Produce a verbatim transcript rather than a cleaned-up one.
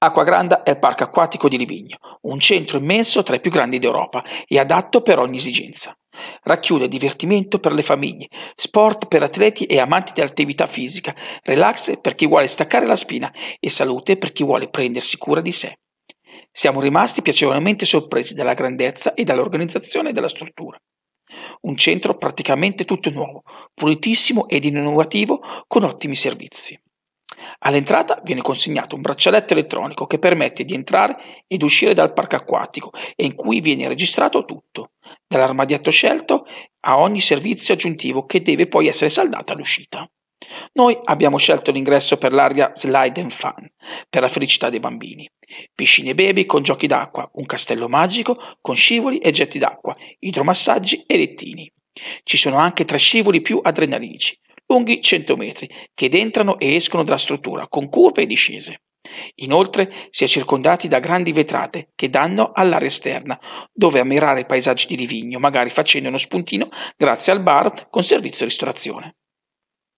Acquagranda è il parco acquatico di Livigno, un centro immenso tra i più grandi d'Europa e adatto per ogni esigenza. Racchiude divertimento per le famiglie, sport per atleti e amanti dell'attività fisica, relax per chi vuole staccare la spina e salute per chi vuole prendersi cura di sé. Siamo rimasti piacevolmente sorpresi dalla grandezza e dall'organizzazione della struttura. Un centro praticamente tutto nuovo, pulitissimo ed innovativo con ottimi servizi. All'entrata viene consegnato un braccialetto elettronico che permette di entrare ed uscire dal parco acquatico e in cui viene registrato tutto, dall'armadietto scelto a ogni servizio aggiuntivo che deve poi essere saldato all'uscita. Noi abbiamo scelto l'ingresso per l'area Slide and Fun, per la felicità dei bambini. Piscine baby con giochi d'acqua, un castello magico con scivoli e getti d'acqua, idromassaggi e lettini. Ci sono anche tre scivoli più adrenalinici, lunghi cento metri, che entrano e escono dalla struttura con curve e discese. Inoltre si è circondati da grandi vetrate che danno all'area esterna, dove ammirare i paesaggi di Livigno, magari facendo uno spuntino grazie al bar con servizio ristorazione.